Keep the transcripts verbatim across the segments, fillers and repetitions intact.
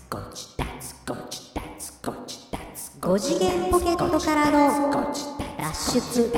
ゴチダツゴチダツゴチダツご次元ポケットからの脱出。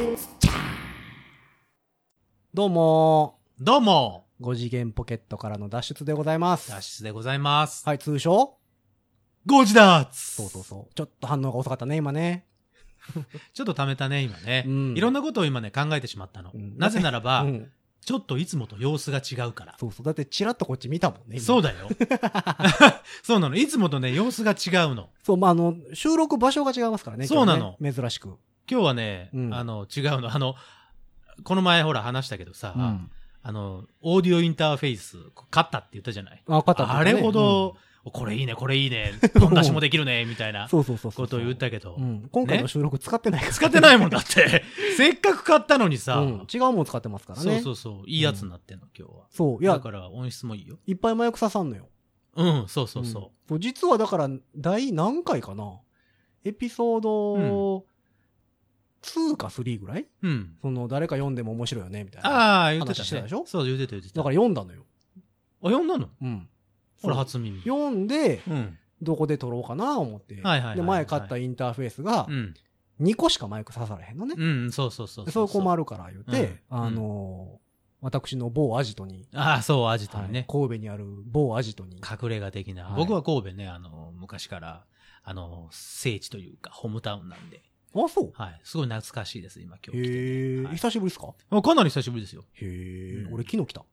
どうもどうもご次元ポケットからの脱出でございます。 脱出でございます。 はい、通称ゴジダーツ。 そうそうそう。ちょっと反応が遅かったね、今ね。 ちょっと溜めたね、今ね、 うん。 いろんなことを今ね、考えてしまったの。うん、なぜならば、うん、ちょっといつもと様子が違うから。 そうそう。だってチラッとこっち見たもんね。 そうだよ。そうなの。いつもとね、様子が違うの。 そう、まあ、あの、収録場所が違いますからね。 そうなの。 ね、珍しく。 今日はね、うん、あの、違うの。あの、この前ほら話したけどさ、うん、あの、オーディオインターフェース、買ったって言ったじゃない。 あ、買ったって言ったね。 あれほど、うん、これいいね、これいいね、こん出しもできるね、みたいなことを言ったけど。 今回の収録使ってないから、ね。 使ってないもんだって。せっかく買ったのにさ、うん。 違うもん使ってますからね。 そうそうそう。いいやつになってんの、今日は。 そう。いや。 だから音質もいいよ。 いっぱい麻薬刺さんのよ。 うん、そうそうそう。 うん、実はだから、第何回かなエピソード、うんにかさんぐらいうん。その、誰か読んでも面白いよねみたいな。 ああ、言ってた、ね。 話してたでしょそう、言ってた言ってた。 だから読んだのよ。 あ、読んだのうん。 これ初耳。 読んで、うん、どこで撮ろうかな思って。はいはいはいはい。で、前買ったインターフェースが、うん、にこしかマイク刺されへんのね。 うん、そうそうそうそう。 そう困るから言うて、うん、あのー、私の某アジトに。 ああ、そう、アジトにね、はい。 神戸にある某アジトに。 隠れ家的な。はい、僕は神戸ね、あの、昔から、あの、聖地というか、ホームタウンなんで。 あ、そう。 はい。すごい懐かしいです、今、今日来て、 ね。へえ、はい。久しぶりですか？ かなり久しぶりですよ。 へえ、うん、俺昨日来た。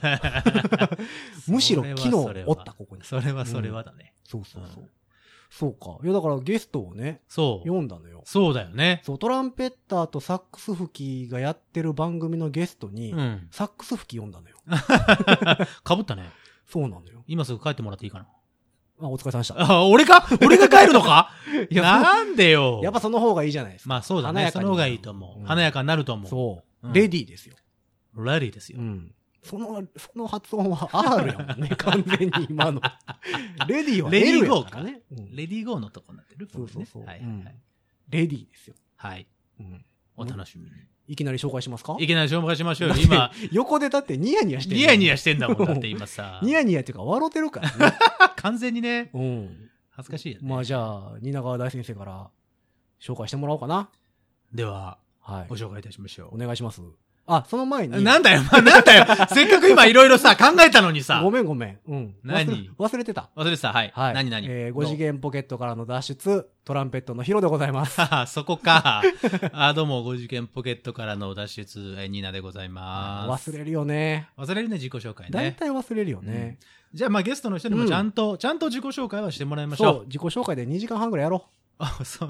むしろ昨日おった、ここに。 それはそれはだね。 うん、そうそうそう。うん、そうか。いや、だからゲストをね、 そう。 読んだのよ。 そうだよね。 そう、トランペッターとサックス吹きがやってる番組のゲストに、うん、サックス吹き読んだのよ。 かぶったね。 そうなんだよ。 今すぐ帰ってもらっていいかな。 あ、お疲れ様でした。 あ、俺か俺が帰るのかいや、なんでよ。 やっぱその方がいいじゃないですか。 まあそうだね。華やかその方がいいと思う。うん、華やかになると思う。 そう。うん、レディーですよ。 レディーですよ。 うん。その、その発音は R やもんね、完全に今の。レディーは L やからね。 レディーゴーのとこになってる。 そうそうそう。 はいはいはい。 レディーですよ。 はい。うん。お楽しみに。 いきなり紹介しますか？ いきなり紹介しましょうよ。今。 横でだってニヤニヤしてる。 ニヤニヤしてんだもん、だって今さ。 ニヤニヤっていうか笑ってるからね。 完全にね。 うん。 恥ずかしいよね。 まあじゃあ、蜷川大先生から紹介してもらおうかな。 では、はい。ご紹介いたしましょう。 お願いします。あ、その前に。 なんだよ、なんだよ。せっかく今いろいろさ、考えたのにさ。 ごめんごめん。うん。 何忘れてた。 忘れてた。はい。はい。何何えー、ご次元ポケットからの脱出、トランペットのヒロでございます。 そこか。あ、どうも、ご次元ポケットからの脱出、えー、ニーナでございます。 忘れるよね。 忘れるね、自己紹介ね。 大体忘れるよね。 うん、じゃあ、まあゲストの人にもちゃんと、うん、ちゃんと自己紹介はしてもらいましょう。 そう、自己紹介でにじかんはんぐらいやろう。 あ、そう。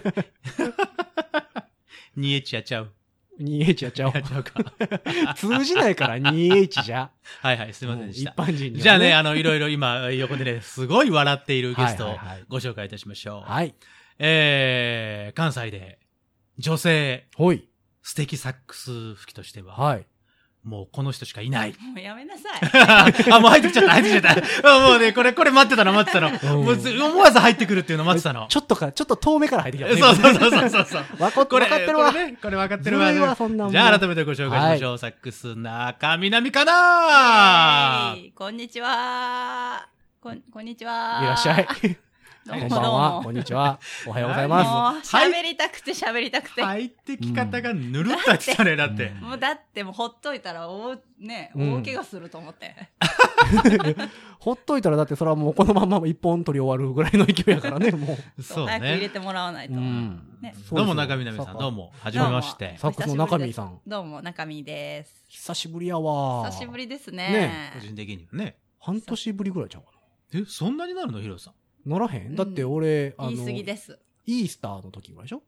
にエイチ やっちゃう。 にエイチ やっちゃおう。 やっちゃうか。 通じないから にエイチ じゃ。 はいはい、すいませんでした。 一般人に、ね。 じゃあね、あの、いろいろ今、横でね、すごい笑っているゲストをご紹介いたしましょう。はい、はい。えー、関西で、女性。 ほい。 素敵サックス吹きとしては。 はい。 もうこの人しかいない。 もうやめなさい。 あ、もう入ってきちゃった、入ってきちゃった。もうね、これ、これ待ってたの、待ってたの。もう思わず入ってくるっていうの待ってたの。 ちょっとか、ちょっと遠目から入ってきた、 ね。そうそうそうそうそう。 わかってるわ。これね、これ分かってるわ。 わそんなもん。 じゃあ改めてご紹介しましょう。はい、サックス中南かなー。こんにちはこん、こんにちは。 いらっしゃい。 どうもこんばんは。こんにちは。おはようございます。 喋りたくて喋りたくて。 入ってき方がぬるっときたね、だって。 もうだってもうほっといたら大、ね、大怪我すると思って。 ほっといたらだってそれはもうこのまま一本取り終わるぐらいの勢いやからね、もう。 そうね。 早く入れてもらわないと。 どうも中南さん、どうも。はじめまして。 サックスの中身さん。 どうも中身です。 久しぶりやわ。 久しぶりですね。 個人的にはね。 半年ぶりぐらいちゃうかな。え、そんなになるのヒロさん。 ならへん、だって俺、 あの、言い過ぎです。 イースターの時ぐらいでしょ。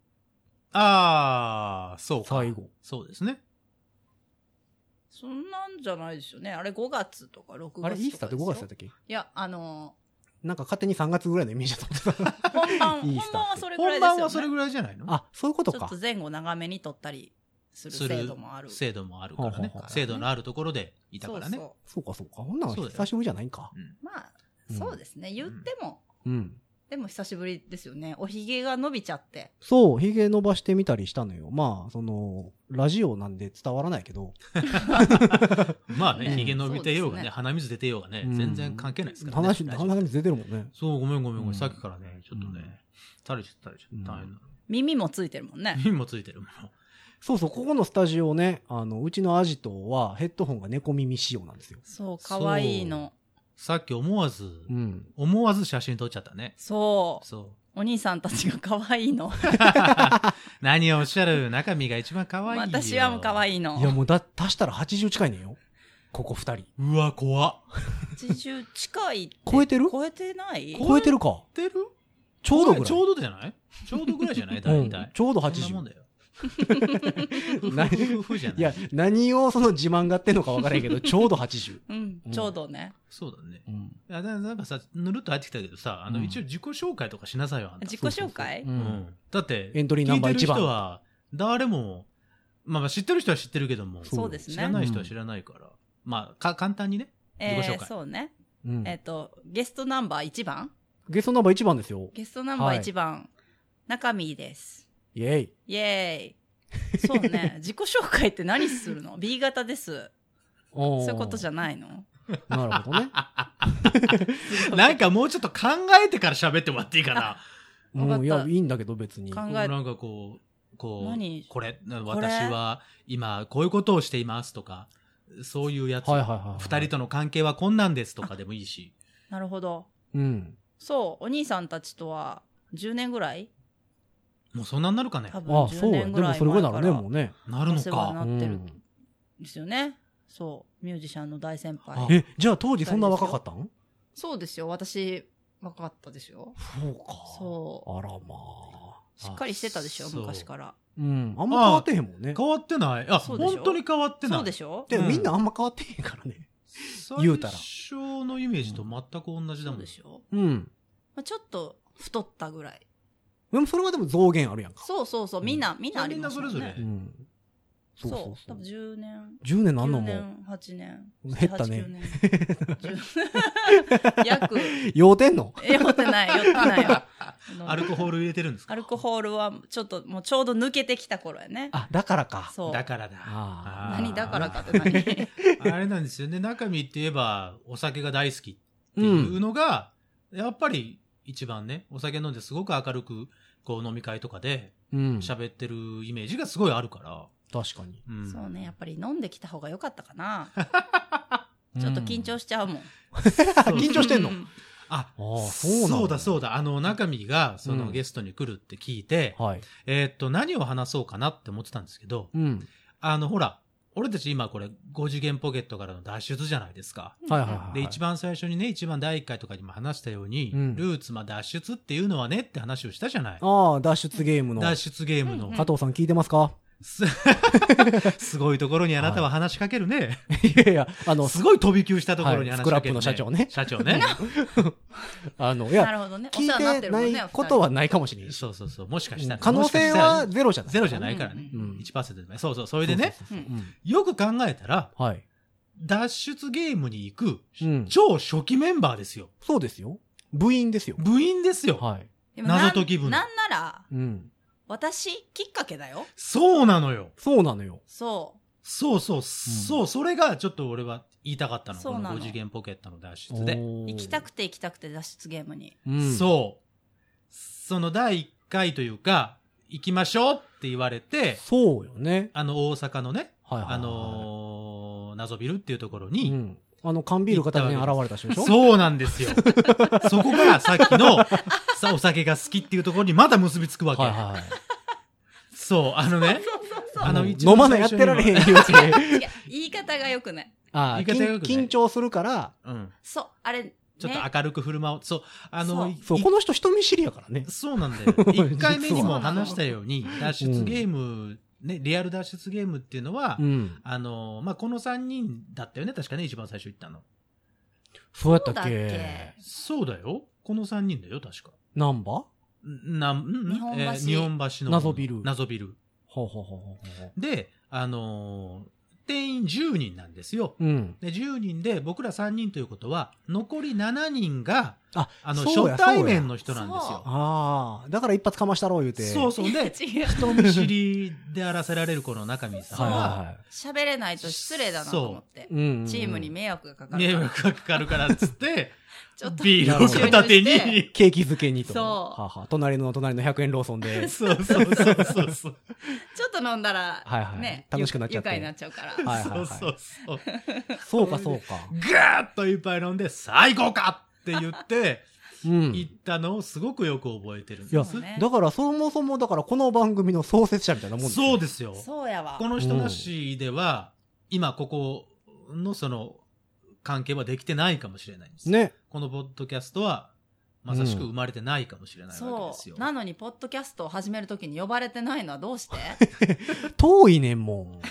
あー、そうか。 最後。 そうですね。 そんなんじゃないですよね。あれごがつとかろくがつとか。 あれイースターってごがつだったっけ？ いや、あのー、なんか勝手にさんがつぐらいのイメージだった。 本番、本番はそれぐらいですよね。 本番はそれぐらいじゃないの？ あ、そういうことか。 ちょっと前後長めに撮ったりする制度もある。 制度もあるからね。制度のあるところでいたからね。 そうかそうか。ほんなら久しぶりじゃないんか。 まあ、そうですね。言っても。 うん。 でも久しぶりですよね。おひげが伸びちゃって。 そう、ひげ伸ばしてみたりしたのよ。まあ、その、ラジオなんで伝わらないけど。 まあね、ひげ伸びてようがね、鼻水出てようがね、全然関係ないですからね。 鼻、鼻水出てるもんね。 そう、ごめんごめんごめん。さっきからね、ちょっとね、垂れちゃった垂れちゃった。大変な。 耳もついてるもんね。 耳もついてるもん。 そうそう、ここのスタジオね、あの、うちのアジトはヘッドホンが猫耳仕様なんですよ。 そう、かわいいの。 さっき思わず、うん、思わず写真撮っちゃったね。 そう。 そう。 お兄さんたちが可愛いの。 何をおっしゃる、中身が一番可愛いよ。 私はもう可愛いの。 いやもうだ、足したらはちじゅう近いねんよ。ここ二人。 うわ、怖っ。 はちじゅう近いって。 超えてる超えてない超えてるか。 超えてるちょうどぐらい。 ちょうどじゃないちょうどぐらいじゃない大体、うん。 ちょうどはちじゅう。 そんなもんだよ。 いや、何をその自慢がってんのか分からへんけど、ちょうどはちじゅう。 うん、ちょうどね。 そうだね。うん、いやなんかさ、ぬるっと入ってきたけどさ、あの、一応自己紹介とかしなさいよ、あんた。 自己紹介うん。だって、 エントリーナンバーいちばん。 聞いてる人は、誰も、まあ知ってる人は知ってるけども、 そうですね。 知らない人は知らないから、まあ、か、簡単にね、自己紹介。 そうね。えっと、ゲストナンバーいちばんゲストナンバーいちばんですよ。 ゲストナンバーいちばん、中身です。 イェイ。 イェイ。そうね。自己紹介って何するの ?B 型です。そういうことじゃないのなるほどね。 なんかもうちょっと考えてから喋ってもらっていいかな。 もういや、いいんだけど別に。 考えなんかこう、こう、 何これ、私は今こういうことをしていますとか、そういうやつ。 はいはいはいはい、 二人との関係はこんなんですとかでもいいし。 なるほど。 うん。 そう、お兄さんたちとはじゅうねんぐらいもうそんなになるかね。 多分じゅうねんぐらい前から。 ああ、そうや。でもそれぐらいなるね、もうね。 なるのか。 お世話になってる。ですよね。そう。ミュージシャンの大先輩。 え、じゃあ当時そんな若かったん？ そうですよ。私、若かったですよ。 そうか。 そう。 あらまあ。 しっかりしてたでしょ、昔から。 うん。あんま変わってへんもんね。 変わってない。あ、本当に変わってない。 そうでしょ？ でもみんなあんま変わってへんからね。言うたら。 最初のイメージと全く同じだもん。 そうでしょ？ うん。 まあ、ちょっと太ったぐらい。 でもそれはでも増減あるやんか。 そうそうそう。みんな、みんなありますよね。 みんなそれぞれ。うん。 そうそうそう。多分じゅうねん。 じゅうねんなんのも。 じゅうねん、はちねん。 減ったね。 約。 酔うてんの？ 酔ってない、酔ってないよ。 アルコホール入れてるんですか？ アルコホールはちょっと、もうちょうど抜けてきた頃やね。 あ、だからか。 そう。 だからだ。 何だからかって何？あれなんですよね。中身って言えば、お酒が大好きっていうのが、やっぱり一番ね、お酒飲んですごく明るく、こう飲み会とかで喋ってるイメージがすごいあるから。 確かに、 うん、そうね、やっぱり飲んできた方が良かったかな。ちょっと緊張しちゃうもん。 緊張してんの？ あ、そうそうだそうだ。あの、中身がそのゲストに来るって聞いて、 うんはい、 えー、っと、何を話そうかなって思ってたんですけど、 うん、 あの、ほら、俺たち今これご次元ポケットからの脱出じゃないですか。 はいはいはい。 で、一番最初にね、一番だいいっかいとかにも話したように、うん、ルーツま脱出っていうのはねって話をしたじゃない。 ああ、脱出ゲームの。 脱出ゲームの。 加藤さん聞いてますか？ す, すごいところにあなたは話しかけるね。 はい、いやいや、あの、 すごい飛び級したところに話しかける、ねはい、スクラップの社長ね。 社長ね。 あの、いや、なるほどね、 聞いてないことはないかもしれない。 そうそうそう。もしかしたら。 可能性はゼロじゃない。 ゼロじゃないからね。うん、いちパーセント でも。そうそう。それでね、よく考えたら、はい、脱出ゲームに行く、うん、超初期メンバーですよ。 そうですよ。部員ですよ。 部員ですよ。 はい。 謎解き部の。 なんなら、 うん。 私きっかけだよ。 そうなのよ。 そうなのよ。 そう。 そうそう、うん、そう、それがちょっと俺は言いたかったの。このご次元ポケットの脱出で。 行きたくて行きたくて脱出ゲームに。 うん、そう。そのだいいっかいというか、行きましょうって言われて。 そうよね。 あの大阪のね、 はいはいはい、 あのー、謎ビルっていうところに、うん、 あの缶ビール片手に現れた人でしょ？ そうなんですよ。そこがさっきのさお酒が好きっていうところにまた結びつくわけ。はいはい、そう、あのね。 あの、飲まないやってられへんよって。 言い方が良くない。 ああ、言い方が良くない。緊張するから、 うん。そう、あれ、ね。 ちょっと明るく振る舞う。そう、あの、 そう、この人人見知りやからね。 そうなんだよ。一回目にも話したように、脱出ゲーム、ね、リアル脱出ゲームっていうのは、うん、あの、まあ、このさんにんだったよね、確かね、一番最初言ったの。 そうやったっけ？ そうだよ。このさんにんだよ、確か。 ナンバな、ん、 日本橋、 えー、日本橋の。 謎ビル。 謎ビル。 ほうほうほうほう。 で、あのー、 定員じゅうにんなんですよ。うん、でじゅうにんで僕らさんにんということは残りしちにんがああの初対面の人なんですよ。 ああ、だから一発かましたろう言うて。 そうそうで人見知りであらせられるこの中身さんは喋れないと失礼だなと思って、チームに迷惑がかかる迷惑がかかるからっつってちょっとビールを片手にケーキ漬けにと。 そう。 はは隣の隣のひゃくえんローソンで。 そうそうそうそうそう。 ちょっと飲んだら、 はいはい、 ね、 楽しくなっちゃって。 愉快になっちゃうから。 はいはいはい、 そうそうそう。 そうかそうか。 ガーッと一杯飲んで最高かって言って、うん、言ったのをすごくよく覚えてるんです。 いや、だからそもそもだからこの番組の創設者みたいなもんですよ。 そうですよ。 そうやわ。 この人なしでは、うん、今ここのその、関係はできてないかもしれないんです。 ね。 このポッドキャストは、まさしく生まれてないかもしれないわけですよ。 そう。なのに、ポッドキャストを始めるときに呼ばれてないのはどうして遠いねんもん。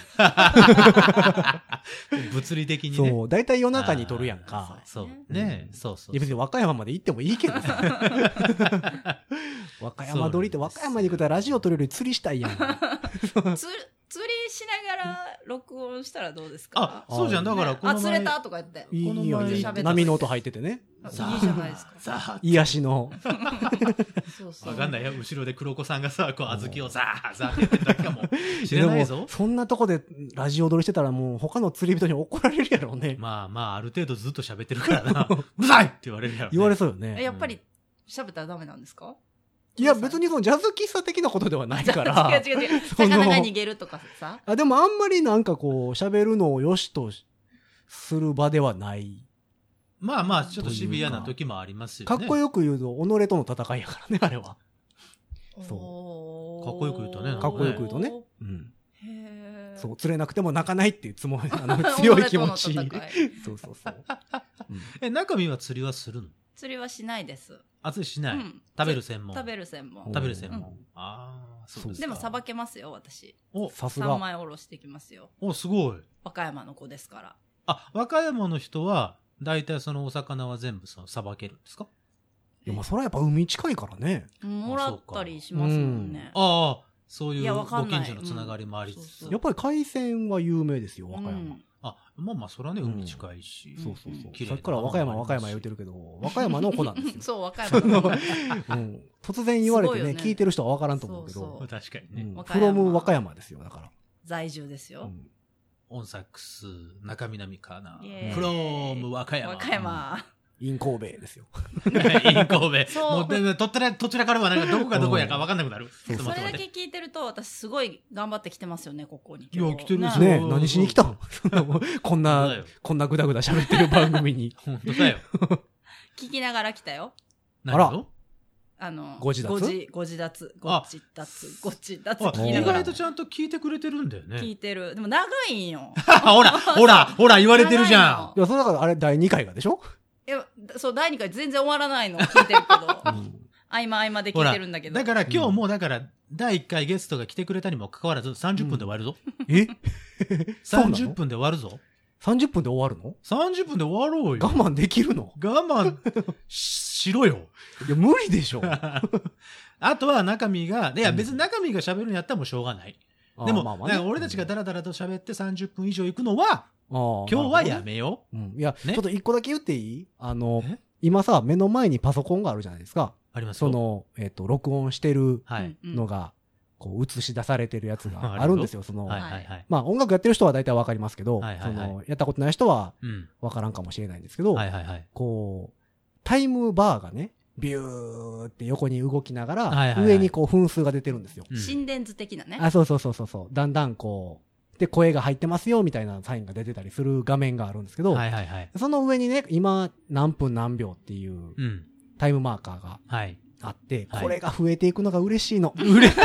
物理的にね。 そう。だいたい夜中に撮るやんか。 そう。ね、うん、そうそう。 いや別に和歌山まで行ってもいいけどさ。和歌山撮りって和歌山に行くとラジオ撮るより釣りしたいやん。 釣りしながら録音したらどうですか？ あ、そうじゃん。だからこの前、あ、釣れたとか言って。 いいよ、波の音入っててね。 いいじゃないですか。 さあ、 癒しの。 そうそう。わかんないよ。後ろで黒子さんがさ、こう、小豆をさあ、さあって言ってるだけかもしれないぞ。 そんなとこでラジオ撮りしてたらもう他の釣り人に怒られるやろうね。 まあまあ、ある程度ずっと喋ってるからな。うるさいって言われるやろ、ね。 言われそうよね。 やっぱり喋ったらダメなんですか？ いや別にそのジャズ喫茶的なことではないから。 違う違う違う。魚が逃げるとかさ。 あ、でもあんまりなんかこう喋るのを良しとする場ではない。 まあまあちょっとシビアな時もありますよね。 かっこよく言うと己との戦いやからねあれは。 そう。かっこよく言うとね。 かっこよく言うとね。うん。へー。そう釣れなくても泣かないっていうつもりあの強い気持ち。そうそうそう。 え、中身は釣りはするの？ 釣りはしないです。 あ、釣りしない、うん、食べる専門。 食べる専門。 食べる専門。うん、 ああ、そうですか。でもさばけますよ、私。 お、さすが。 三枚おろしてきますよ。 お、すごい。 和歌山の子ですから。 あ、和歌山の人は、だいたいそのお魚は全部そのさばけるんですか？ いや、まあ、それはやっぱ海近いからね。 もらったりしますもんね。 うん、ああ、そういうご近所のつながりもありつつ。うん、そうそうやっぱり海鮮は有名ですよ、和歌山。うんあ、まあまあ、それはね、海近いし。 うん、そうそうそう。さっきから和歌山、和歌山言うてるけど、和歌山の子なんですよ。 そう、和歌山の子。うん、 突然言われてね、ね聞いてる人は分からんと思うけど。 そうそう確かにね。 うん、フロム和歌山ですよ、だから。 在住ですよ。 うん、オンサックス、中南かな。フロム和歌山。 和歌山。 イン神戸ですよ。 イン神戸。もう、でとっちら、どちらからはなんかどこかどこやか分かんなくなる。 それだけ聞いてると、私すごい頑張ってきてますよね、ここに。 いや、来てるしね。何しに来たのこんな、こんなぐだぐだ喋ってる番組に。 本当だよ。 聞きながら来たよ。 あら。 あの、 ご自立ご自、ご自立、ご自立、ご自立聞きながら。 意外とちゃんと聞いてくれてるんだよね。 聞いてる。でも長いんよ。 ほら、ほら、ほら、言われてるじゃん。いや、それだからあれだいにかいがでしょいや、そう、だいにかい全然終わらないの聞いてるけど。うん、合間合間で聞いてるんだけど。 だから今日もだから、だいいっかいゲストが来てくれたにもかかわらずさんじゅっぷんで終わるぞ。 うん、えさんじゅっぷんで終わるぞ。 さんじゅっぷんで終わるの ? さんじゅっぷんで終わろうよ。 我慢できるの我慢しろよ。 いや、無理でしょ。 あとは中身が、いや別に中身が喋るんやったらもうしょうがない。でも、まあまあね、俺たちがダラダラと喋ってさんじゅっぷん以上行くのは、今日はやめよう。うん、いや、ね、ちょっと一個だけ言っていい？あの、今さ、目の前にパソコンがあるじゃないですか。 ありますその、えっと、録音してるのが、こう、映し出されてるやつがあるんですよ。その、はいはいはい、まあ、音楽やってる人は大体わかりますけど、はいはいはい、その、やったことない人はわからんかもしれないんですけど、はいはいはい、こう、タイムバーがね、ビューって横に動きながら、はいはいはい、上にこう分数が出てるんですよ。 心電図的なね。 あ、そうそうそうそう。だんだんこう、で、声が入ってますよみたいなサインが出てたりする画面があるんですけど、はいはいはい、その上にね、今何分何秒っていうタイムマーカーがあって、はい、これが増えていくのが嬉しいの。 うれ嬉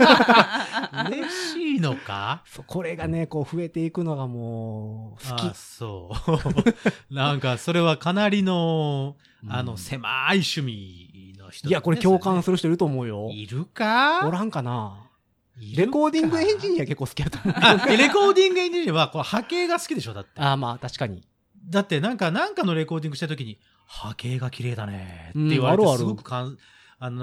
しいのか？ そう、これがね、こう増えていくのがもう好き。 あ、そう。なんか、それはかなりの、あの、狭い趣味の人、ね。 いや、これ共感する人いると思うよ。 いるか？ おらんかな？レコーディングエンジニア結構好きやと思う。 レコーディングエンジニアはこれ波形が好きでしょだって。 ああ、まあ確かに。 だってなんか、なんかのレコーディングした時に、波形が綺麗だねって言われて、すごくかん、あのなんか、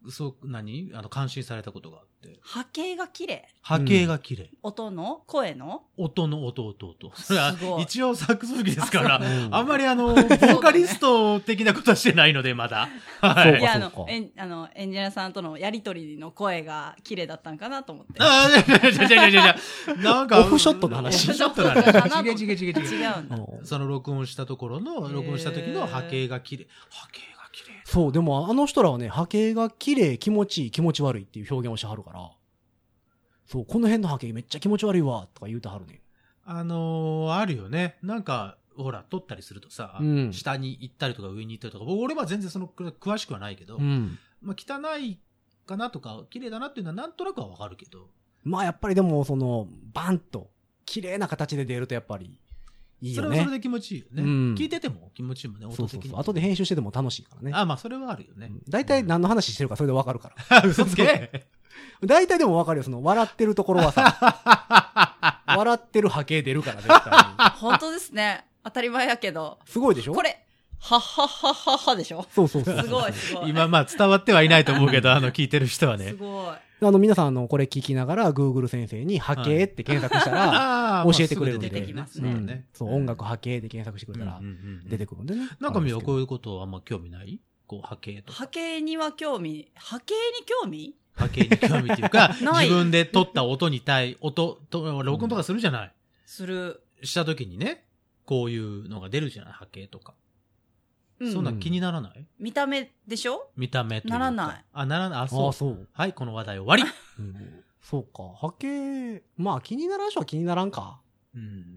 そう、何あの、感心されたことがあって。 波形が綺麗。 波形が綺麗。 うん、音の声の音の音、音、音。それは、一応サックス吹きですから、あんまりあの、ボーカリスト的なことはしてないので、まだ。 はい。いや、あの、エン、あの、エンジニアさんとのやりとりの声が綺麗だったんかなと思って。 ああ、いやいやいやいやいやなんか。 オフショットの話。 オフショットの話。違う違う違う違う。 違うんだ。 その録音したところの、録音した時の波形が綺麗。波形が綺麗。 そう、でもあの人らはね、波形が綺麗、気持ちいい、気持ち悪いっていう表現をしはるから、そう、この辺の波形めっちゃ気持ち悪いわ、とか言うてはるね。 あのー、あるよね。なんか、ほら、撮ったりするとさ、うん、下に行ったりとか上に行ったりとか、俺は全然その、詳しくはないけど、うん、まあ、汚いかなとか、綺麗だなっていうのはなんとなくはわかるけど。 まあ、やっぱりでも、その、バンと、綺麗な形で出るとやっぱり、いいよね。 それはそれで気持ちいいよね。うん、聞いてても気持ちいいもんね、音的に。 そうそうそう。後で編集してても楽しいからね。 あ、まあ、それはあるよね。 大体何の話してるかそれでわかるから。 嘘つけ大体でもわかるよ。その、笑ってるところはさ、笑ってる波形出るから、絶対に。 本当ですね。当たり前やけど。 すごいでしょこれ、はっはっはっはっはでしょそうそうそう。 すごいすごい。 今まあ伝わってはいないと思うけど、あの聞いてる人はね。 すごい。 あの皆さんあのこれ聞きながら Google 先生に波形って検索したら教えてくれるんで。 出てきますね。 そう、音楽波形で検索してくれたら出てくるんでね。 中身はこういうことはあんま興味ない？こう波形とか。 波形には興味、波形に興味？ 波形に興味っていうか、自分で撮った音に対、音、と録音とかするじゃない？ する。 した時にね、こういうのが出るじゃない？波形とか。うん、そんな気にならない？ 見た目でしょ？ 見た目というか。 ならない。 あ、ならない。あ、そう。 あ、そう。 はい、この話題終わり。 うん、そうか。波形、まあ気にならん人は気にならんか。 うん。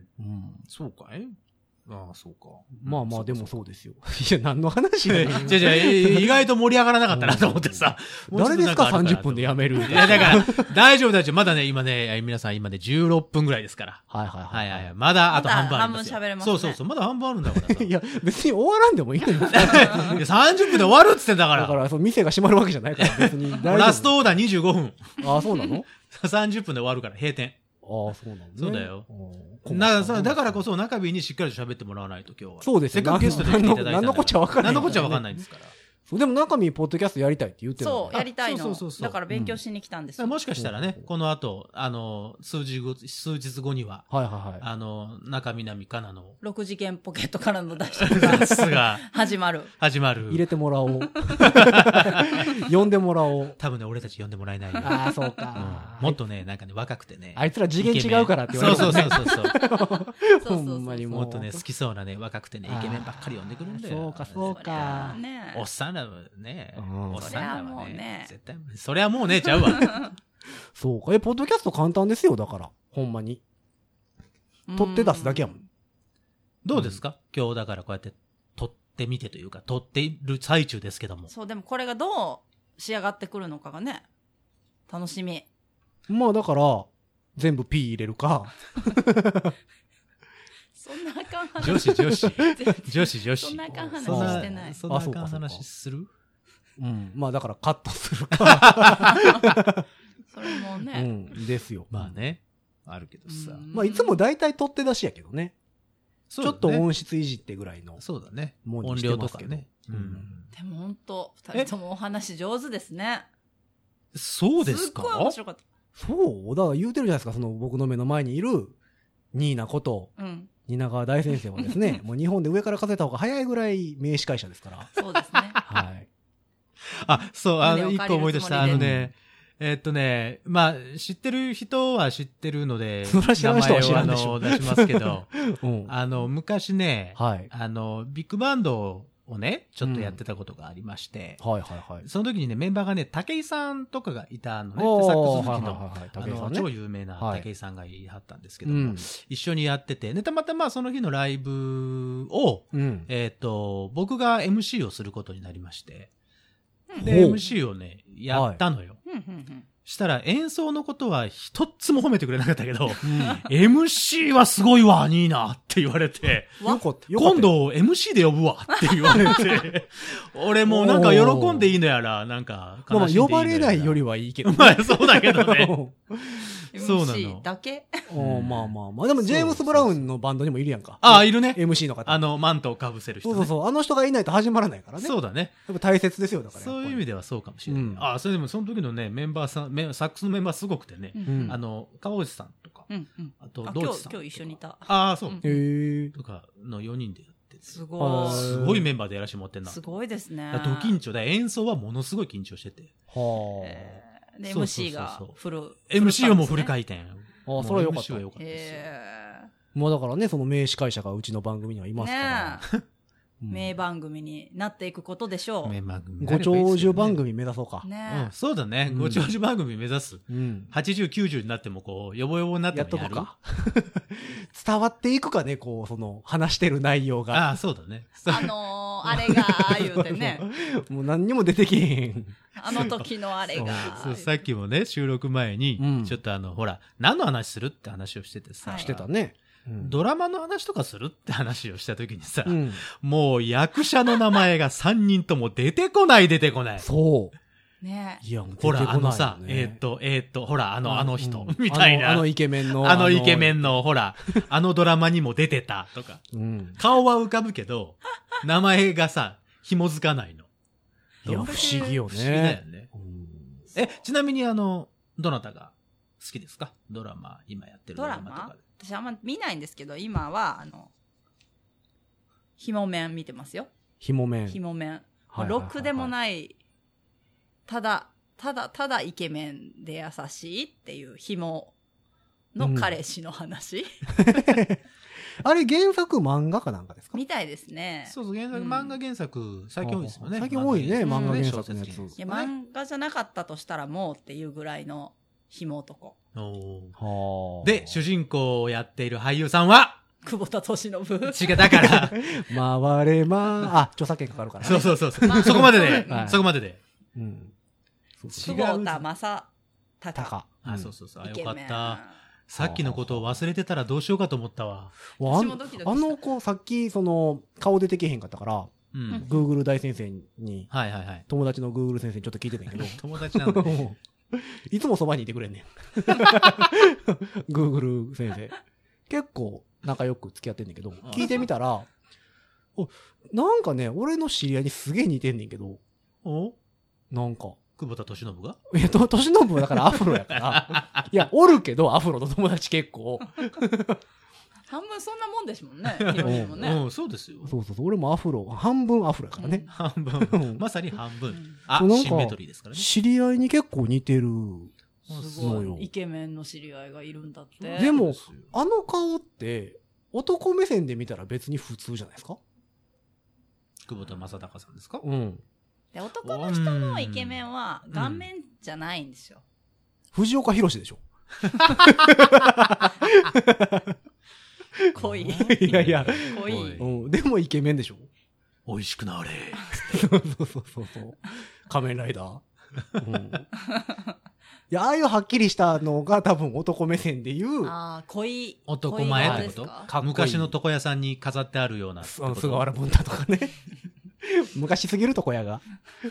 うん。そうかい？ああ、そうか。 まあまあ、でもそうですよ。いや、何の話だよ。 じゃじゃ意外と盛り上がらなかったなと思ってさ。 誰ですか、さんじゅっぷんでやめる。 いや、だから、大丈夫大丈夫。まだね、今ね、皆さん今ね、じゅうろっぷんぐらいですから。 はいはいはい。 はいはい。まだあと半分ありますよ。 半分喋れますね。 そうそうそう。まだ半分あるんだからさ。 いや、別に終わらんでもいいのよ。さんじゅっぷんで終わるっつってんだから。 だから、そう、店が閉まるわけじゃないから、別に。 ラストオーダーにじゅうごふん。 ああ、そうなの？ さんじゅっぷんで終わるから、閉店。 ああ、そうなんですね。そうだよ。なだからこそ中日にしっかりと喋ってもらわないと今日は。 そうですよ。 せっかくゲストで来ていただいたんだから。 何のこっちゃわかんない。 何のこっちゃわかんないんですから。 そうでも中身ポッドキャストやりたいって言ってるそう、やりたいの。 そうそうそう。 だから勉強しに来たんですよ。 もしかしたらね、この後、あの、数日後、数日後には、 はいはいはい。 あの、中南かなの。 六次元ポケットからの脱出が始まる。 始まる。 入れてもらおう。呼んでもらおう。 多分ね、俺たち呼んでもらえないよ。 ああ、そうか。 もっとね、なんかね、若くてね。 あいつら次元違うからって言われる。 そうそうそうそう。 ほんまにもう。 もっとね、好きそうなね、若くてね、イケメンばっかり呼んでくるんだよ。 そうか、そうか。 おっさんらね、おっさんらはね、 絶対、それはもうね、ちゃうわ。 そうか。え、ポッドキャスト簡単ですよ、だから。ほんまに。撮って出すだけやもん。 どうですか？今日だからこうやって撮ってみてというか、撮っている最中ですけども。 そう、でもこれがどう仕上がってくるのかがね、楽しみ。 まあだから、全部 P 入れるか。 そんなあかん話。 女子女子。女子女子。 そんなあかん話してない。 そんなあかん話する？ うん。まあだからカットするか。 それもね。 うん。ですよ。 まあね。あるけどさ。 まあいつも大体取って出しやけどね。 ちょっと音質いじってぐらいの。 そうだね。 音量とかね。 うん。 でも本当二人ともお話上手ですね。 そうですか？ すっごい面白かった。 そうだから言うてるじゃないですか。その僕の目の前にいるニーナこと、うん、蜷川大先生はですね、もう日本で上から数えた方が早いぐらい名司会者ですから。 そうですね。 はい。 あ、そう、あの、一個思い出した。あのね、えー、っとね、まあ、知ってる人は知ってるので、 それは知らん人は知らんでしょ。 名前をあの出しますけど、 うん、 あの、昔ね、 はい、 あの、ビッグバンドをね、ちょっとやってたことがありまして、 うん、はいはいはい。 その時にね、メンバーがね、武井さんとかがいたのね、サックス好きの、 はいはいはい、 あの、超有名な武井さんがいはったんですけども、はい、一緒にやってて、で、たまたまその日のライブを、うん、えっと、僕が エムシー をすることになりまして、で、エムシー をね、やったのよ。はい、 したら演奏のことは一つも褒めてくれなかったけど、うん、エムシー はすごいわ、ニーナって言われて、 よかった今度 エムシー で呼ぶわって言われて、俺もなんか喜んでいいのやら、なんか悲しんでいいのやら。 まあ、呼ばれないよりはいいけど、ね。 まあ、そうだけどね。そうなの。 エムシー だけおまあまあまあ。でも、ジェームス・ブラウンのバンドにもいるやんか。 ああ、いるね。 エムシー の方。 あの、マントをかぶせる人、ね。 そうそうそう。あの人がいないと始まらないからね。 そうだね。 やっぱ大切ですよ、だから。 そういう意味ではそうかもしれない。うん、ああ、それでもその時のね、メンバーさん、サックスのメンバーすごくてね。うん、あの、川内さんとか、うんうん、あと、ドイツさん。 今日一緒にいた。 ああ、そう。 へえ。 とかのよにんでやってて。 すごい。 すごいメンバーでやらしてもらってんな。 すごいですね。 ド緊張で、演奏はものすごい緊張してて。 はあ。で、エムシー がフル。 エムシー はもうフル回転。 ああ、それはよかった。 よかったですよ。 もうだからね、その名司会者がうちの番組にはいますから。 ね名番組になっていくことでしょう。 名番組。 ご長寿番組目指そうか。 ねうん、そうだね。ご長寿番組目指す。うん。はちじゅう、きゅうじゅうになってもこう、よぼよぼになってもやる。やっとくか。 伝わっていくかね、こう、その、話してる内容が。 ああ、そうだね。 あのー、あれが、言うてね。 もう何にも出てけへん。 あの時のあれが。 そう、さっきもね、収録前に、うん、ちょっとあの、ほら、何の話するって話をしててさ。 してたね。 うん、ドラマの話とかするって話をした時にさ、うん、もう役者の名前がさんにんとも出てこない出てこない。 そう。 ねいや、もうほら、あのさ、えー、っと、えー、っと、ほら、あの、あの人、うん、みたいなあの。あのイケメンの。 あのイケメンの、ほら、あのドラマにも出てたとか。うん、顔は浮かぶけど、名前がさ、紐づかないの。 いや、不思議よね。 不思議だよね。うん、え、ちなみにあの、どなたが好きですか？ドラマ、今やってるドラマとかで。 私あんま見ないんですけど、今は、あの、ひもめん見てますよ。 ひもめん。 ひもめん。ろくでもない、ただ、ただ、ただイケメンで優しいっていうひもの彼氏の話。うん、 あれ原作漫画かなんかですか？ みたいですね。 そうそう、原作、うん、漫画原作、最近多いですよね。 最近多いね、漫画原作のやつ。いや、漫画じゃなかったとしたらもうっていうぐらいのひも男。 おで、主人公をやっている俳優さんは久保田敏信。 違う、だから。 回れまー、あ、著作権かかるから、ね。 そうそうそうそう。まあ、そこまでで、はい、そこまでで。うん。 久保田正孝。 あ、そうそうそう。あ、よかった。さっきのことを忘れてたらどうしようかと思ったわ。 あの子、さっき、その、顔出てけへんかったから、うん、Google 大先生に、はいはいはい。友達の Google 先生にちょっと聞いてたんやけど。 友達なんだね。 いつもそばにいてくれんねん。Google 先生。結構仲良く付き合ってんねんけど、聞いてみたら、お、なんかね、俺の知り合いにすげえ似てんねんけど、 おなんか。 久保田敏信がいや、と、敏信はだからアフロやから。いや、おるけど、アフロの友達結構。 半分そんなもんですもんね。ヒロインもね。 うん、そうですよ。 そうそうそう。俺もアフロ、半分アフロやからね。 半分。まさに半分。あ、シンメトリーですからね。 知り合いに結構似てる。 すごい。イケメンの知り合いがいるんだって。 でも、あの顔って、男目線で見たら別に普通じゃないですか？ 久保田正孝さんですか？ うん。 で、男の人のイケメンは顔面じゃないんですよ。 藤岡弘でしょ？ 濃い。 いやいや。 濃い。 うん。でもイケメンでしょ？ 美味しくなれ。 そうそうそうそう。仮面ライダー。うん。いや、ああいうはっきりしたのが多分男目線で言う。 ああ、濃い。 男前ってこと昔の床屋さんに飾ってあるような。 菅原文太とかね。昔すぎる床屋が。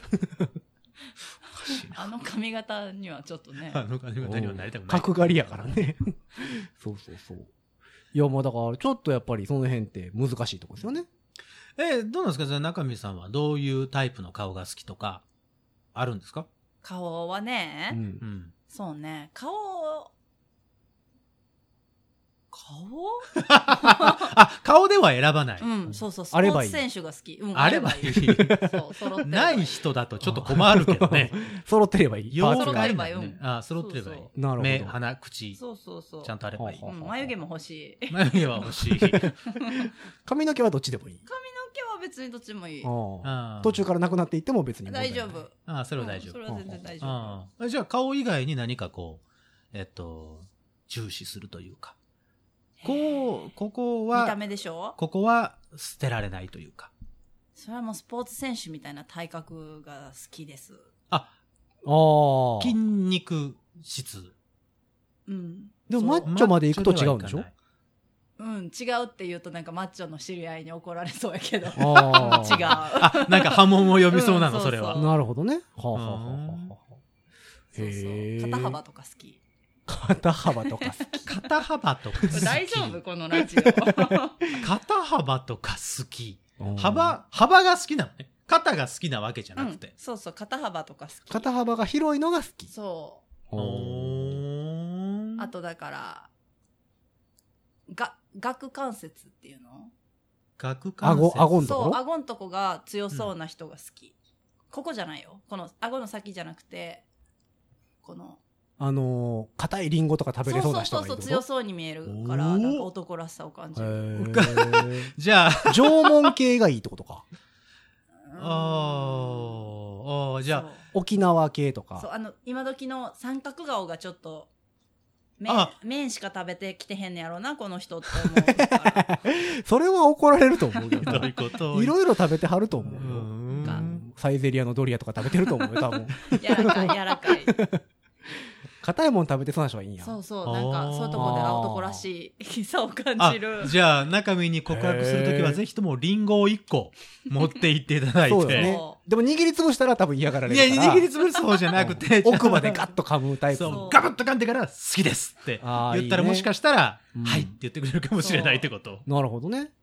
あの髪型にはちょっとね。 あの髪型にはなりたくない。 角刈りやからね。そうそうそう。いや、もうだから、ちょっとやっぱりその辺って難しいとこですよね。 えー、どうなんですか？中身さんはどういうタイプの顔が好きとか、あるんですか？ 顔はね、うん、そうね、顔、顔あ、顔では選ばない。 うん、そうそう、スポーツ選手が好き。うん、 あればいい。そう、揃ってない人だとちょっと困るけどね。 揃ってればいい。 揃ってればいい。 あ、揃ってればいい。 なるほど。 目、鼻、口。 そうそうそう。 ちゃんとあればいい。 うん、眉毛も欲しい。 眉毛は欲しい。 髪の毛はどっちでもいい。 髪の毛は別にどっちもいい。 途中からなくなっていっても別に。 大丈夫。 ああ、それは大丈夫。 それは全然大丈夫。じゃあ顔以外に何かこう、えっと、重視するというか。こう、ここは、 見た目でしょ？ ここは捨てられないというか。 それはもうスポーツ選手みたいな体格が好きです。 あ、 あ筋肉質。 うん。 でもマッチョまで行くと違うんでしょ？ うん、違うって言うとなんかマッチョの知り合いに怒られそうやけど。あ違う。 あ、なんか波紋を呼びそうなの、うん、それは。 なるほどね。はあ、はあはあはあ、 そうそう。肩幅とか好き。 肩幅とか好き。 肩幅とか好き。 大丈夫このラジオ。 肩幅とか好き。幅、幅が好きなのね。肩が好きなわけじゃなくて。うん、 そうそう、肩幅とか好き。 肩幅が広いのが好き。 そう。あとだから、が、顎関節っていうの？ 顎関節？ 顎、顎のところ？ そう、顎のとこが強そうな人が好き。うん、ここじゃないよ。この顎の先じゃなくて、この、 あのー、硬いリンゴとか食べれそうな人がいる。 そうそうそう、強そうに見えるから、なんか男らしさを感じる。 じゃあ、 縄文系がいいってことか。 ああ、じゃあ、 沖縄系とか。 そう、あの、今時の三角顔がちょっと、麺、麺しか食べてきてへんねやろな、この人って思うから。 それは怒られると思うけど。 どういうこと？ いろいろ食べてはると思うよ。サイゼリアのドリアとか食べてると思うよ、多分。 柔らかい、柔らかい。 硬いもん食べてそうな人がいいんや。 そうそう、なんかそういうところで男らしいさを感じる。 じゃあ中身に告白するときはぜひともリンゴをいっこ持っていっていただいて。そうですね。 でも握りつぶしたら多分嫌がられるから。 いや、握りつぶす方じゃなくて、 奥までガッと噛むタイプ。 そう、ガブッと噛んでから好きですって言ったらもしかしたら、はいって言ってくれるかもしれないってこと。 なるほどね。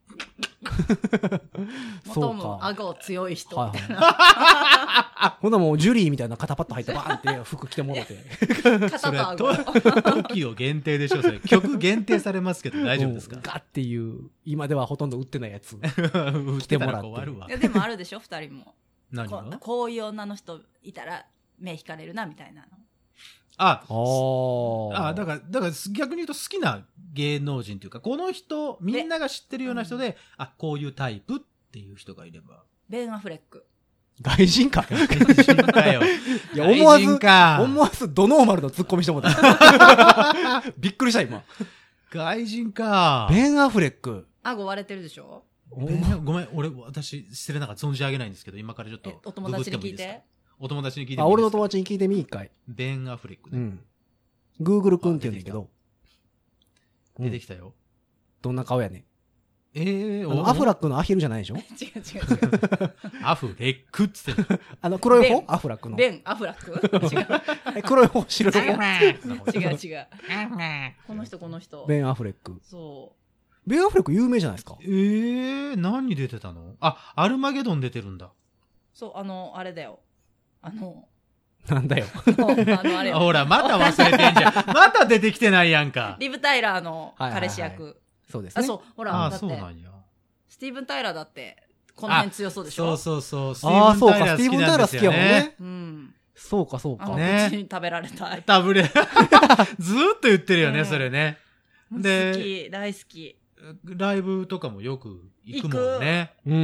そうか。顎強い人みたいな。 ほんなもうジュリーみたいな肩パッと入ってバーンって服着てもろて。 肩と顎。 時を限定でしょ、それ。曲限定されますけど大丈夫ですか？ ガッっていう、今ではほとんど売ってないやつ。 着てもらって。いやでもあるでしょ、二人も。 何が？ こ, こういう女の人いたら目惹かれるなみたいなの。 ああ、だから、だから逆に言うと好きな芸能人というか、この人、みんなが知ってるような人で、あ、こういうタイプっていう人がいれば。 ベン・アフレック。 外人か外人かよ。 いや、思わず、思わずドノーマルのツッコミしてもらった。びっくりした、今。 外人か。 ベン・アフレック。 顎割れてるでしょ？ ごめん、俺、私、失礼ながら存じ上げないんですけど、今からちょっと。 お友達に聞いて。 お友達に聞いてみあ、俺の友達に聞いてみ、一回。 ベン・アフレックね。うん。 グーグルくんって言うんだけど。 出てきたよ。 どんな顔やねん。 ええー、アフラックのアヒルじゃないでしょ？違う違う違う。 アフレックっつって。 あの、黒い方？アフラックの。 ベン、アフラック？違う。 黒い方、白い方。 違う違う。この人、この人。 ベン・アフレック。 そう。 ベン・アフレック有名じゃないですか？ ええー、何に出てたの？あ、アルマゲドン出てるんだ。 そう、あの、あれだよ。あの、 なんだよ。 あのあれほら、また忘れてんじゃん。また出てきてないやんか。 リブ・タイラーの彼氏役。はいはいはい、 そうですね。 あ、そう。ほら、 あだって、 そうなんや。 スティーブン・タイラーだって、この辺強そうでしょ？ そうそうそう。 ああ、そうか、スティーブン・タイラー好きやもんね。 うん。 そうか、そうか。 あの、ね、口に食べられたい。 食べれ。ずーっと言ってるよね、それね。 で、好き、大好き。 ライブとかもよく行くもんね。 うん。うん。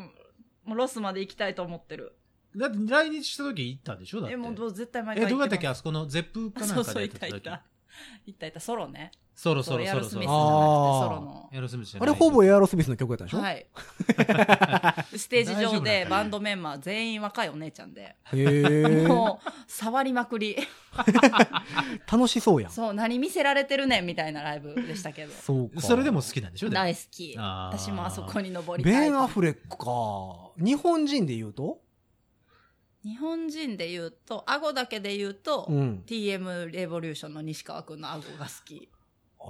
もうロスまで行きたいと思ってる。 だって来日した時行ったんでしょ？だって。 え、もう絶対毎回行ってます。 え、どうやったっけ？あそこのゼップかなんかでやってた時。 そうそう、行った行った。行った行った、ソロね。 ソロソロソロソロ。 エアロスミスじゃなくてソロの。 エアロスミスじゃない。あれほぼエアロスミスの曲やったでしょ？ はい。ステージ上でバンドメンバー全員若いお姉ちゃんで。 へー。 もう、触りまくり。 楽しそうやん。 そう、何見せられてるねんみたいなライブでしたけど。 そうか。 それでも好きなんでしょ？ 大好き。私もあそこに登りたい。 ベン・アフレックか。日本人で言うと？ 日本人で言うと、顎だけで言うと、 うん、 ティーエム レボリューションの西川くんの顎が好き。 あ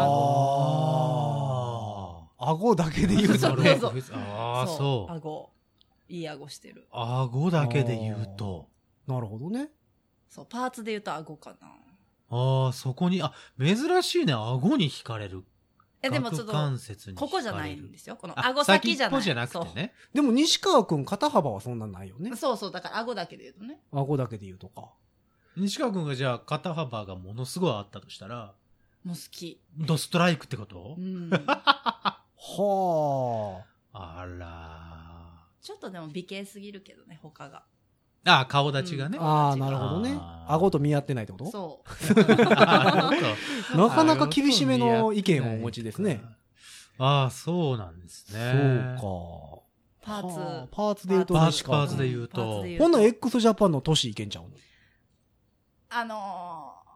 あ。顎だけで言うとね。 そうそうそう。 ああ、そう。 顎。いい顎してる。 顎だけで言うと。 なるほどね。 そう、パーツで言うと顎かな。 ああ、そこに、あ、珍しいね、顎に惹かれる。 え、でもちょっと、ここじゃないんですよ。この顎先じゃない。 先っぽじゃなくてね。 でも西川くん肩幅はそんなないよね。 そうそう、だから顎だけで言うとね。 顎だけで言うとか。 西川くんがじゃあ肩幅がものすごいあったとしたら、 もう好き。 ドストライクってこと？ うん。 はあ。あら。 ちょっとでも美形すぎるけどね、他が。 ああ、顔立ちがね。 うん、ああ、なるほどね。顎と見合ってないってこと？ そう。 なかなか厳しめの意見をお持ちですね。 ああ、そうなんですね。 そうか。 パーツ。 パーツで言うと、 パーツ、パーツで言うと。 ほんなら x ジャパンの都市いけんちゃうの？ あの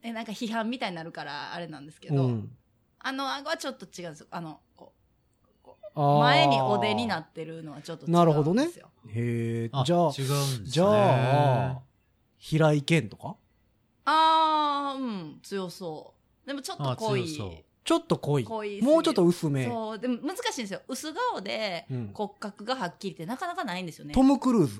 え、なんか批判みたいになるからあれなんですけど、うん、あの顎はちょっと違うんですよ。あの、こう、こう前におでになってるのはちょっと違うんですよ。なるほどね。 へえ、じゃあ、 違うんですね。 じゃあ、平井堅とかあー、うん、強そう。でもちょっと濃い。 ちょっと濃い。濃い。もうちょっと薄め。 そう。でも難しいんですよ。薄顔で骨格がはっきりってなかなかないんですよね。 トム・クルーズ。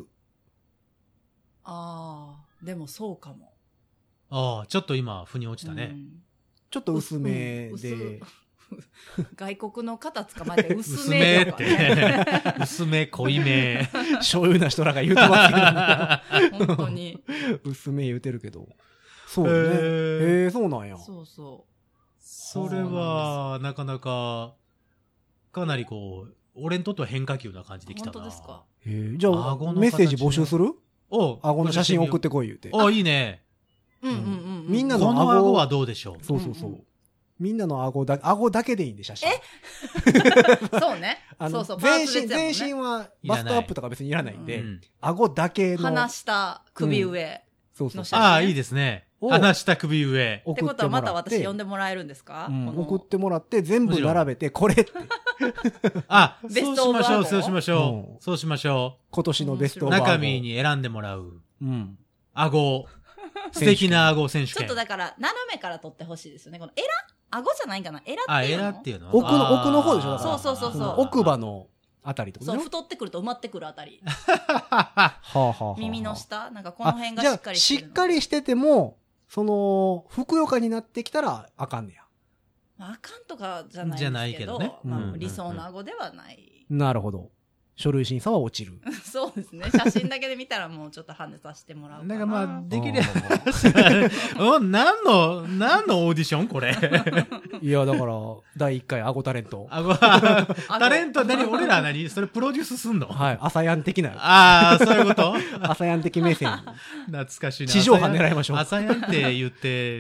あー、でもそうかも。 ああ、ちょっと今、腑に落ちたね。 うん、ちょっと薄めで。うん外国の方捕まえて薄めとか、ね、 薄めって。薄め、濃いめ。 醤油な人らが言うてますけど、ね。本当に。 薄め言うてるけど。そうね。へえー、そうなんや。 そうそう。 それは、なかなか、かなりこう、俺にとっては変化球な感じできたな。 本当ですか。 へえ、じゃあ、メッセージ募集する？お顎の写真送ってこい言うて。 あ、いいね。 うんうんうん。 みんなの顎。この顎はどうでしょう？ そうそうそう。みんなの顎だ、顎だけでいいんで、写真。 えそうね。あの、そうそう、 全身、全身はバストアップとか別にいらないんで、顎だけの。 鼻下、首上。 そうそう。 ああ、いいですね。鼻下、首上。 ってことはまた私呼んでもらえるんですか？ 送ってもらって、全部並べて、これって。 あ、そうしましょう、そうしましょう。そうしましょう。 今年のベストオブ顎。 中身に選んでもらう。うん。顎。素敵な顎選手権。 ちょっとだから、斜めから取ってほしいですよね。このエラ顎じゃないかなエラっていうの？ あ、エラっていうの？ 奥の、奥の方でしょだから。 そうそうそうそう。 奥歯のあたりってことそう、太ってくると埋まってくるあたり。 はあはあ。 耳の下なんかこの辺がしっかりしてる。 しっかりしてても、その、ふくよかになってきたらあかんねや。 あかんとかじゃないですけど。じゃないけどね。まあ、理想の顎ではない。 なるほど。書類審査は落ちる。 そうですね。写真だけで見たらもうちょっと跳ねさせてもらうかな。 なんかまあ、できれば。何の、何のオーディションこれ。 いや、だから、だいいっかい顎タレント。 顎、タレント何俺ら何それプロデュースすんの？ はい。朝やん的な。 ああ、そういうこと朝やん的目線。 懐かしいな。 地上波狙いましょう。 朝やんって言って、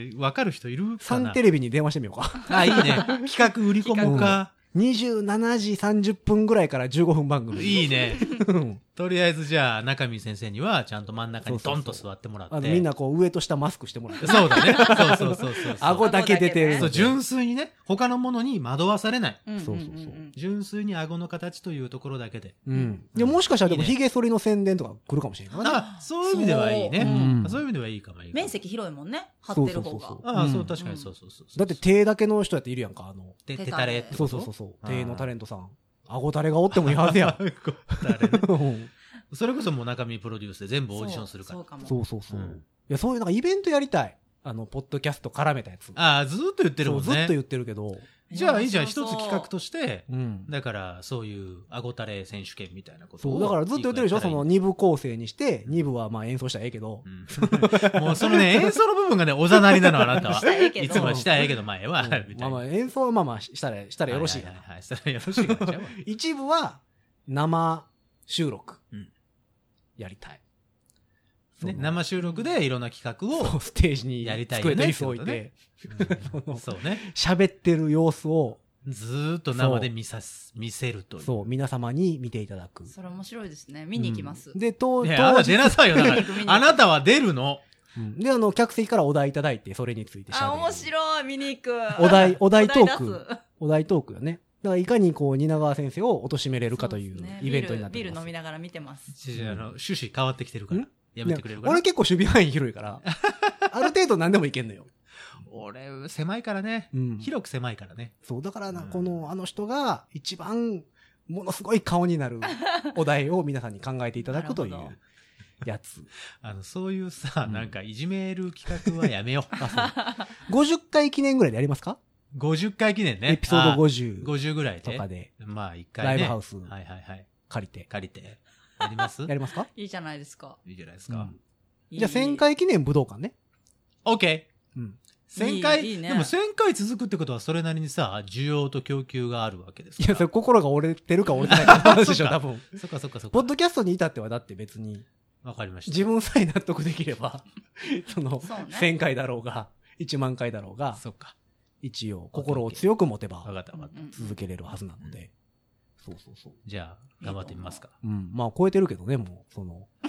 わかる人いるかな？ サンテレビに電話してみようか。 あ、いいね。企画売り込もうか。 にじゅうしちじさんじゅっぷんぐらいからじゅうごふん番組。 いいね。とりあえずじゃあ、中見先生にはちゃんと真ん中にドンと座ってもらって。 そうそうそう、あのみんなこう上と下マスクしてもらって。 そうだね。そうそうそうそう。 顎だけ出てる。 そう、純粋にね、他のものに惑わされない。 そうそうそう。 純粋に顎の形というところだけで。 うん。いや、もしかしたらでも髭剃りの宣伝とか来るかもしれない。 あ、そういう意味ではいいね。そういう意味ではいいかもいい。 面積広いもんね。張ってる方が。 ああ、そう、確かにそうそうそう。 だって手だけの人やっているやんか、あの。 手タレって。 そうそうそうそう。手のタレントさん。顎タレがおってもいいはずや。顎タレ。それこそもう中身プロデュースで全部オーディションするから。 そうそうそう。いや、そういうなんかイベントやりたい。あの、ポッドキャスト絡めたやつ。 ああ、ずっと言ってるもんね。 ずっと言ってるけど。 じゃあいいじゃん、一つ企画として、うん、だからそういう顎タレ選手権みたいなことを。 そう、だからずっと言ってるでしょ、その二部構成にして、二部はまあ演奏したらええけど。 うん、もうそのね、演奏の部分がね、おざなりなの、あなたは。いつもしたらええけど、前は、みたいな。 まあまあ演奏はまあまあしたら、したらよろしいかな。 はいはい、したらよろしいかな。 一部は生収録。やりたい。 ね、生収録でいろんな企画をステージにやりたいよね。 机と椅子置いて、 そうね。 喋ってる様子をずーっと生で見さす、見せるという。 そう、皆様に見ていただく。 それ面白いですね。見に行きます。 で、当日。あなた出なさいよ、だから。あなたは出るの。 で、あの、客席からお題いただいて、それについて喋る。 あ、面白い、見に行く。 お題、お題トーク。お題トークよね。だからいかにこう、蜷川先生を貶めれるかというイベントになってます。 ビール飲みながら見てます。 あの、趣旨変わってきてるから。やめてくれるかな。 俺結構守備範囲広いから、ある程度何でもいけんのよ。 俺、狭いからね、うん。広く狭いからね。 そう、だからな、うん、この、あの人が一番、ものすごい顔になるお題を皆さんに考えていただくというやつ。 あの、そういうさ、うん、なんかいじめる企画はやめよう。あ、 そう。ごじゅっかい記念ぐらいでやりますか？ ごじゅっかい記念ね。 エピソードごじゅう。 ごじゅうぐらいとかで。 まあ、いっかいね。 ライブハウス。 はいはいはい。 借りて。 借りて。やりますやりますか？ いいじゃないですか。 いいじゃないですか。うん、 じゃあせんかい記念武道館ね。 オッケー。うん。せんかい、 いいいいね、 でもせんかい続くってことはそれなりにさ、需要と供給があるわけですから。 いや、それ心が折れてるか折れてないかの話でしょ、多分。 そっかそっかそっか。 ポッドキャストに至ってはだって別に。 わかりました。 自分さえ納得できれば、その、そ、ね、せんかいだろうが、いちまんかいだろうが、 そっか。 一応、心を強く持てば、 わかったわかった。 続けれるはずなので。そうそうそう。 じゃあ、頑張ってみますか。 うん。まあ、超えてるけどね、もう、その、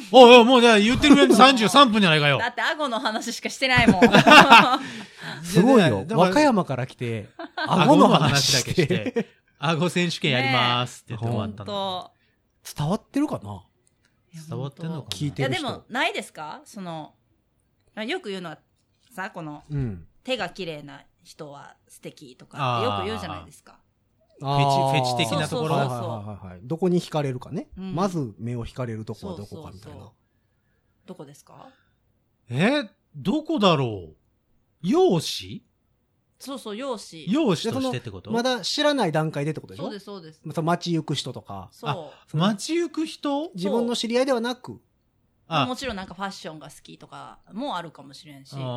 おいおい、もうじゃあ言ってる上でさんじゅうさんぷんじゃないかよ。 だって顎の話しかしてないもん。 すごいよ。和歌山から来て、顎の話だけして。 顎選手権やりますって言って終わったの。伝わってるかな？ 伝わってんのかな？ 聞いてる人。 いやでも、ないですか？その、よく言うのは、さ、この、うん、手が綺麗な人は素敵とかってよく言うじゃないですか。 フェチ、フェチ的なところ。 はいはいはいはい。どこに惹かれるかね。うん、まず目を惹かれるとこはどこかみたいな。そうそうそう、 どこですか？ え、どこだろう？容姿？ そうそう、容姿。 容姿としてってこと？ まだ知らない段階でってことでしょ？ そうです、そうです。 また街行く人とか。 そう。 あ、街行く人？ 自分の知り合いではなく。 あ、もちろんなんかファッションが好きとかもあるかもしれんし。あ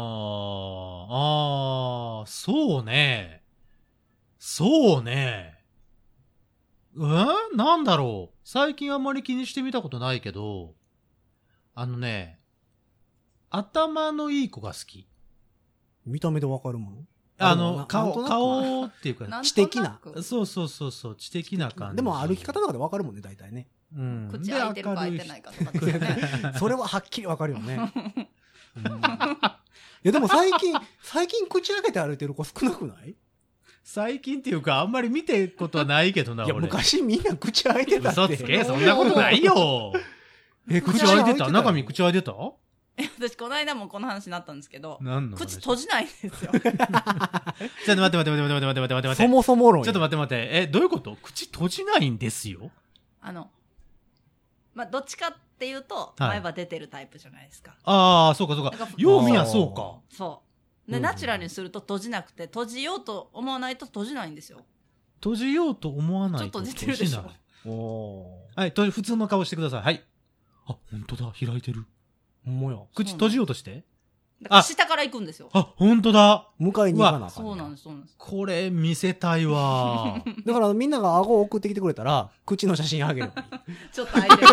あ、そうね。そうね。うんなんだろう。最近あんまり気にしてみたことないけど、あのね、頭のいい子が好き。 見た目でわかるもの？ あの、顔、顔っていうか、 知的な。 そうそうそうそう、知的な感じ。 でも歩き方とかでわかるもんね、大体ね。 うん。口開いてるか開いてないかとかね。 それははっきりわかるよね。うん、いやでも最近、最近口開けて歩いてる子少なくない？ 最近っていうかあんまり見てることはないけどな、 いや、俺。昔みんな口開いてたって。 嘘つけ、そんなことないよ。え、口開いてた？中身口開いてた？ 私、この間もこの話になったんですけど、 何の口閉じないんですよ。ちょっと待って待って待って待って待って待って待って待って。 そもそも論。 ちょっと待って待って。え、どういうこと？口閉じないんですよ。 あの、まあ、どっちかっていうと、前歯出てるタイプじゃないですか。 ああ、そうかそうか。よう見やそうか。 そう。で、ナチュラルにすると閉じなくて、閉じようと思わないと閉じないんですよ。 閉じようと思わないと閉じない。ちょっと閉じてるでしょ。 おー。はい、と普通の顔してください。はい。あ、本当だ。開いてる。 ほんまや。 口閉じようとしてだから下から行くんですよ。 あ、本当だ。 迎えに行かなあかん。 そうなんです、そうなんです。 これ見せたいわ。 だからみんなが顎を送ってきてくれたら、口の写真あげる。 ちょっと開いてる。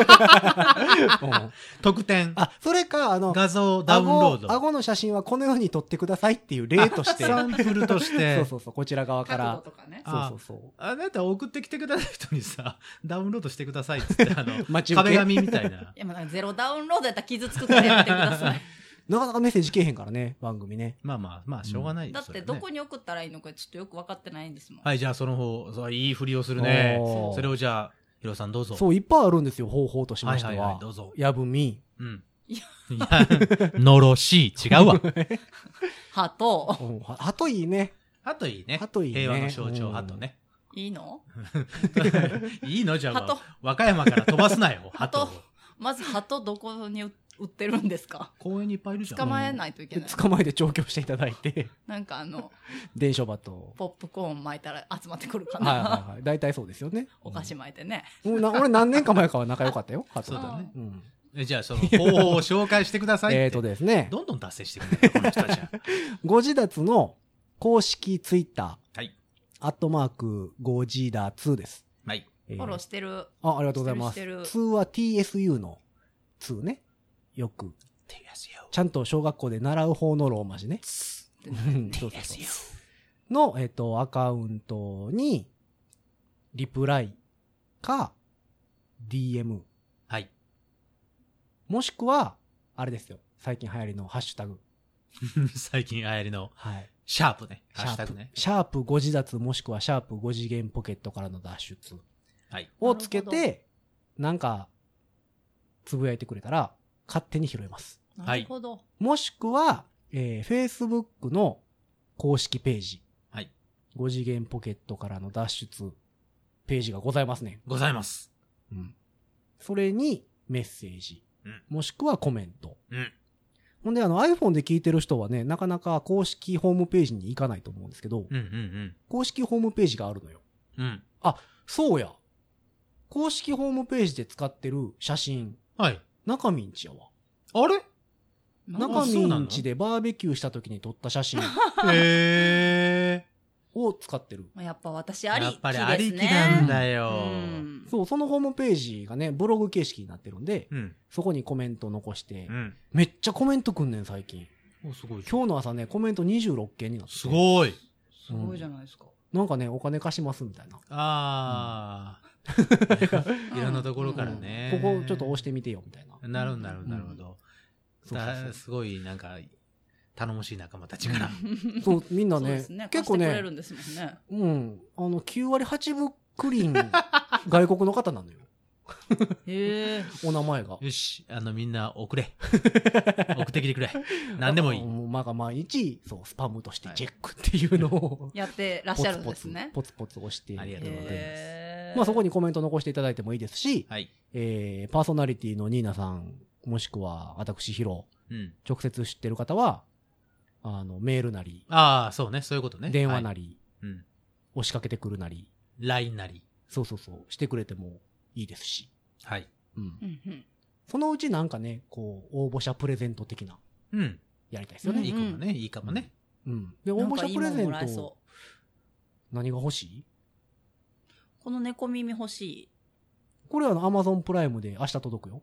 特典。 あ、それか、あの、 画像ダウンロード。 顎の写真はこのように撮ってくださいっていう例として。 サンプルとして。 そうそうそう、こちら側から。 角度とかね。 そうそうそう。 あなた送ってきてください人にさ、ダウンロードしてくださいっつって、あの、壁紙みたいな。 いや、まあ、ゼロダウンロードやったら傷つくからやめてください。 なかなかメッセージけえへんからね、番組ね。 まあまあ、まあ、しょうがないです、うん、だってどこに送ったらいいのかちょっとよく分かってないんですもん。 はい、じゃあその方、そいいふりをするね。それをじゃあ、ヒロさんどうぞ。 そう、いっぱいあるんですよ、方法としましては。はいはいはい、 どうぞ。 やぶみ。 うん。いや、のろし、違うわ。 ハト。 ハトいいね。 ハトいいね。 ハトいいね。 平和の象徴、ハトね。 いいのいいのじゃあ、和歌山から飛ばすなよ、 ハト。まず、ハトどこに売ってるんですか？ 公園にいっぱいいるじゃん。 捕まえないといけない。 捕まえて調教していただいて。 なんかあの、 伝書バト。 ポップコーン巻いたら集まってくるかな。 はいはいはい。大体そうですよね。 お菓子巻いてね。 うん、俺何年か前から仲良かったよ。ハト。 そうだね。うん。じゃあ、その方法を紹介してくださいって。 えっとですね。 どんどん達成してくれるこの人たちは。 ご自立の公式ツイッター。 はい。 アットマークご自立です。 はい。 フォローしてる。 あ、ありがとうございます。ツーは ティーエスユー のツーね。よく。ちゃんと小学校で習う方のローマ字ね。そうそうそう。の、えっと、アカウントに、リプライか、ディーエム。 はい。 もしくは、あれですよ。最近流行りのハッシュタグ。 最近流行りの。 はい。 シャープね。ハッシュタグね。 シャープご自立もしくはシャープご次元ポケットからの脱出。 はい。 をつけて、なんか、つぶやいてくれたら、勝手に拾えます。 なるほど。 もしくは、えー、Facebook の公式ページ。 はい。 ご次元ポケットからの脱出ページがございますね。 ございます。 うん。それにメッセージ。 うん。 もしくはコメント。 うん。 ほんで、あの iPhone で聞いてる人はね、なかなか公式ホームページに行かないと思うんですけど、 うんうんうん。 公式ホームページがあるのよ。 うん。 あ、そうや。公式ホームページで使ってる写真。 はい。 中身んちやわ。 あれ中身んちでバーベキューした時に撮った写真。 へー。 を使ってる。 やっぱ私ありきですね。 やっぱりありきなんだよ、 うん。 そう、そのホームページがね、ブログ形式になってるんで、 うん、 そこにコメント残して、 うん、 めっちゃコメントくんねん、最近。 おすごい。 今日の朝ね、コメントにじゅうろっけんになって。 すごい。 すごいじゃないですか。 なんかね、お金貸しますみたいな。 あー。 いろんなところからね、 うん、ここちょっと押してみてよみたいな。 なるほどなるほどなるほど。だすごいなんか頼もしい仲間たちから。 そうみんなね、 ね結構ね、 れるんですもんね。 うん、あのきゅう割はちぶクリーン外国の方なのよ。 へえ。 お名前が。 よし、あのみんな送れ。送ってきてくれ。何でもいい。 まあ毎日そうスパムとしてチェックっていうのを、はい、 やってらっしゃるんですね。 ポツポツポツ押して。 ありがとうございます。 まあそこにコメント残していただいてもいいですし、 はい、 えー、パーソナリティのニーナさんもしくは私ヒロ、 うん、 直接知ってる方はあのメールなり、 ああそうねそういうことね、 電話なり、 はい、うん、 押しかけてくるなり、 ライン なり、 そうそうそうしてくれてもいいですし、 はい。 うん。そのうちなんかね、こう、応募者プレゼント的な、 うん。 やりたいですよね。 いいかもね、いいかもね。 うん。で、応募者プレゼント、何が欲しい？ この猫耳欲しい。 これはアマゾンプライムで明日届くよ。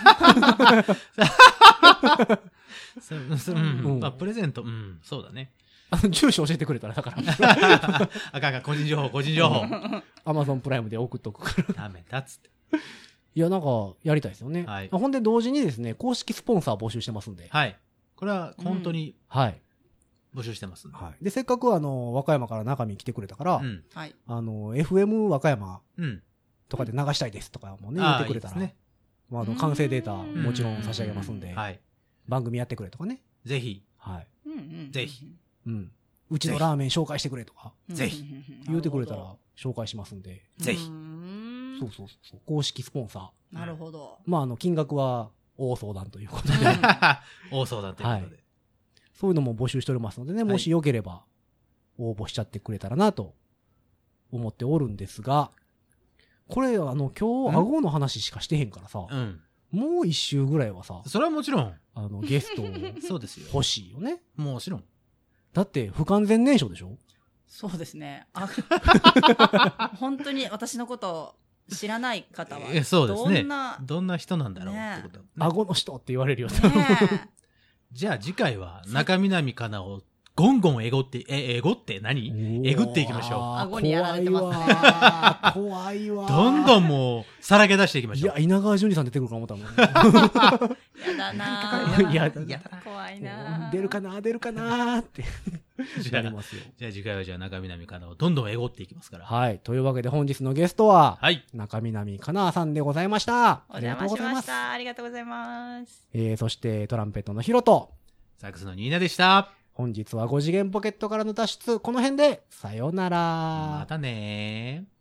そそうん。まあ、プレゼント、うん、そうだね。 あの、住所教えてくれたら、だから。 あかんか、個人情報、個人情報。 アマゾンプライムで送っとくから。 ダメだっつって。 いや、なんか、やりたいですよね。 はい。 ほんで、同時にですね、公式スポンサー募集してますんで。 はい。これは、本当に、 はい。 募集してます、 ね。はい。で、せっかく、あの、和歌山から中身来てくれたから、 うん。はい。 あの、エフエム 和歌山とかで流したいですとかもね、言ってくれたら。ね。まあ、あの、完成データ、もちろん差し上げますんで。 はい。 番組やってくれとかね。 ぜひ。 はい。 うんうん。 ぜひ。 うん。うちのラーメン紹介してくれとか。 ぜひ。 言うてくれたら紹介しますんで。 ぜひ。 そうそうそう。公式スポンサー。なるほど。 まあ、あの、金額は大相談ということで。 大相談ということで、はい。 そういうのも募集しておりますのでね、もしよければ応募しちゃってくれたらなと思っておるんですが、これ、あの、今日、顎の話しかしてへんからさ、 うん、 もう一週ぐらいはさ、 それはもちろん、 あの、ゲストをそうですよ。 欲しいよね。 もちろん。 だって、不完全燃焼でしょ？ そうですね。あ本当に私のことを知らない方は、 えそうですね。 どんな、 どんな人なんだろうってこと、ね。 顎の人って言われるよね。 じゃあ次回は中南かなをゴンゴンえごって、え、えごって何えぐっていきましょう。 顎にやられてますね。 怖いわ。 どんどんもう、さらけ出していきましょう。 いや、稲川淳二さん出てくるか思ったもん。 やだなぁ。 やだな怖いなぁ。 出るかな出るかなってなりますよ。 じゃあ次回はじゃあ中南かなをどんどんえごっていきますから。 はい。というわけで本日のゲストは、 はい。 中南かなさんでございました。 ありがとうございました。ありがとうございます。 えー、そしてトランペットのヒロと、 サックスのニーナでした。 本日はご次元ポケットからの脱出、この辺で、さよなら。 またねー。